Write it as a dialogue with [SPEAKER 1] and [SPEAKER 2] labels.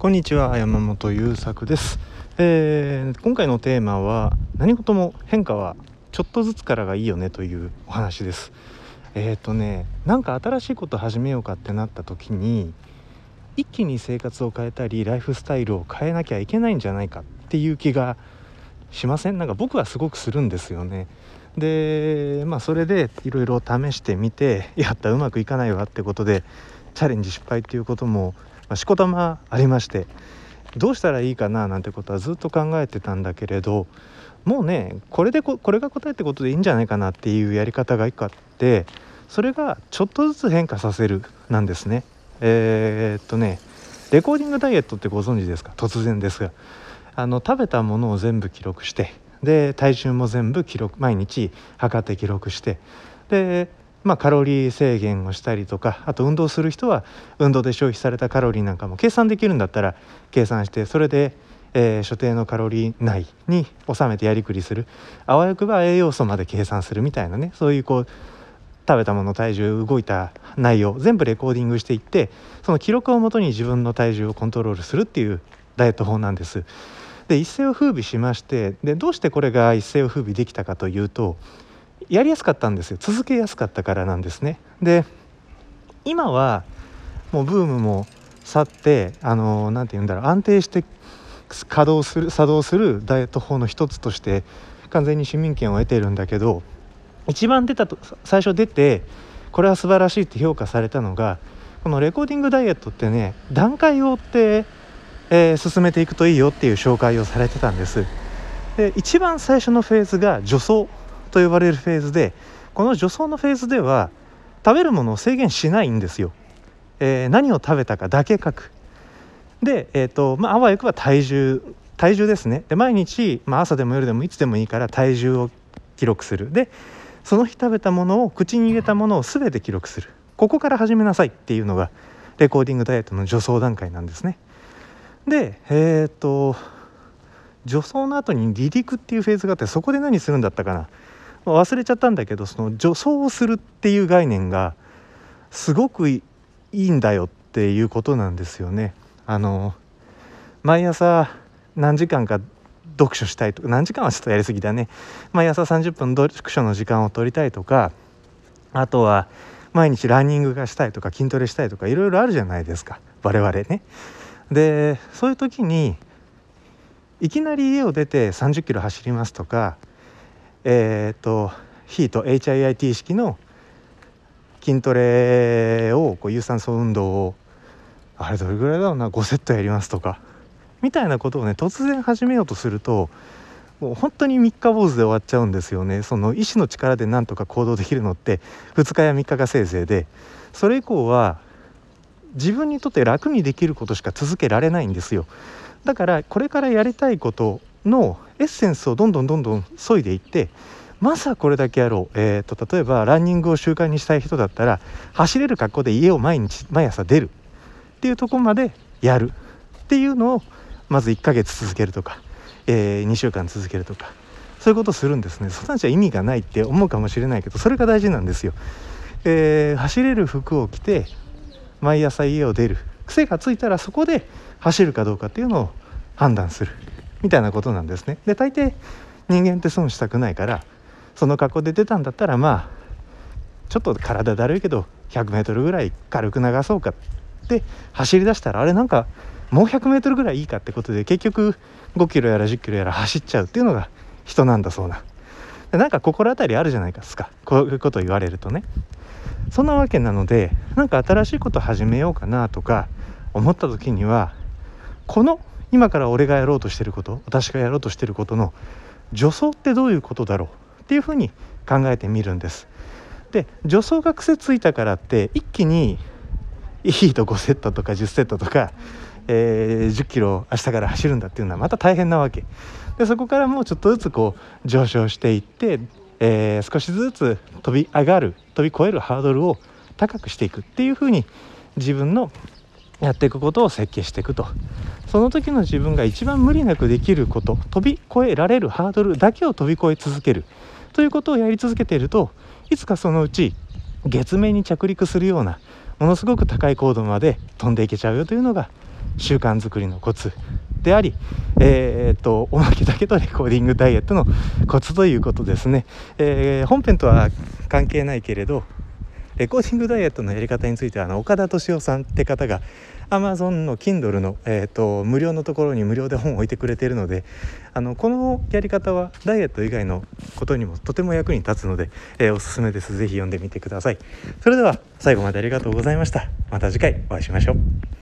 [SPEAKER 1] こんにちは、山本優作です。今回のテーマは何事も変化はちょっとずつからがいいよねというお話です。なんか新しいこと始めようかってなった時に一気に生活を変えたりライフスタイルを変えなきゃいけないんじゃないかっていう気がしません？なんか僕はすごくするんですよね。でそれでいろいろ試してみてやったうまくいかないわってことでチャレンジ失敗っていうこともしこたまありまして、どうしたらいいかななんてことはずっと考えてたんだけれど、もうねこれが答えってことでいいんじゃないかなっていうやり方が一個あって、それがちょっとずつ変化させるなんですね。レコーディングダイエットってご存知ですか？突然ですが、食べたものを全部記録して、で体重も全部毎日測って記録して、でカロリー制限をしたりとか、あと運動する人は運動で消費されたカロリーなんかも計算できるんだったら計算して、それで、所定のカロリー内に収めてやりくりする、あわよくば栄養素まで計算するみたいなね、そういう食べたもの、体重、動いた内容全部レコーディングしていって、その記録をもとに自分の体重をコントロールするっていうダイエット法なんです。で一世を風靡しまして、でどうしてこれが一世を風靡できたかというと、やりやすかったんですよ。続けやすかったからなんですね。で今はもうブームも去って、なんて言うんだろう、安定して作動するダイエット法の一つとして完全に市民権を得ているんだけど、一番最初出てこれは素晴らしいって評価されたのが、このレコーディングダイエットってね、段階を追って、進めていくといいよっていう紹介をされてたんです。で一番最初のフェーズが助走と呼ばれるフェーズで、この助走のフェーズでは食べるものを制限しないんですよ。何を食べたかだけ書く。で、あわよくば体重ですね。で毎日、朝でも夜でもいつでもいいから体重を記録する。でその日食べたものを、口に入れたものを全て記録する。ここから始めなさいっていうのがレコーディングダイエットの助走段階なんですね。で助走の後に離陸っていうフェーズがあって、そこで何するんだったかな、忘れちゃったんだけど、その助走をするっていう概念がすごくいいんだよっていうことなんですよね。毎朝何時間か読書したいとか、何時間はちょっとやりすぎだね、毎朝30分読書の時間を取りたいとか、あとは毎日ランニングがしたいとか筋トレしたいとか、いろいろあるじゃないですか、我々ね。でそういう時にいきなり家を出て30キロ走りますとか、ヒート HIIT 式の筋トレを有酸素運動をあれどれぐらいだろうな、5セットやりますとかみたいなことをね、突然始めようとすると、もう本当に三日坊主で終わっちゃうんですよね。その意志の力でなんとか行動できるのって2日や3日がせいぜいで、それ以降は自分にとって楽にできることしか続けられないんですよ。だからこれからやりたいことのエッセンスをどんどん削いでいって、まずはこれだけやろう。例えばランニングを習慣にしたい人だったら、走れる格好で家を毎朝出るっていうところまでやるっていうのをまず1ヶ月続けるとか、2週間続けるとか、そういうことをするんですね。そんなんじゃ意味がないって思うかもしれないけど、それが大事なんですよ。走れる服を着て毎朝家を出る癖がついたら、そこで走るかどうかっていうのを判断するみたいなことなんですね。で大抵人間って損したくないから、その格好で出たんだったら、ちょっと体だるいけど 100m ぐらい軽く流そうかって走り出したら、あれなんかもう 100m ぐらいいいかってことで、結局5キロやら10キロやら走っちゃうっていうのが人なんだそうな。なんか心当たりあるじゃないですか、こういうことを言われるとね。そんなわけなので、なんか新しいこと始めようかなとか思った時には、この今から俺がやろうとしてること、私がやろうとしてることの助走ってどういうことだろうっていうふうに考えてみるんです。で助走が癖ついたからって一気にヒート5セットとか10セットとか、10キロ明日から走るんだっていうのはまた大変なわけで、そこからもうちょっとずつ上昇していって、少しずつ飛び越えるハードルを高くしていくっていうふうに自分のやっていくことを設計していくと。その時の自分が一番無理なくできること、飛び越えられるハードルだけを飛び越え続けるということをやり続けていると、いつかそのうち月面に着陸するようなものすごく高い高度まで飛んでいけちゃうよというのが習慣作りのコツであり、おまけだけとレコーディングダイエットのコツということですね。本編とは関係ないけれど、レコーディングダイエットのやり方については岡田敏夫さんって方が Amazon の Kindle の、無料のところに無料で本を置いてくれているので、このやり方はダイエット以外のことにもとても役に立つので、おすすめです。ぜひ読んでみてください。それでは最後までありがとうございました。また次回お会いしましょう。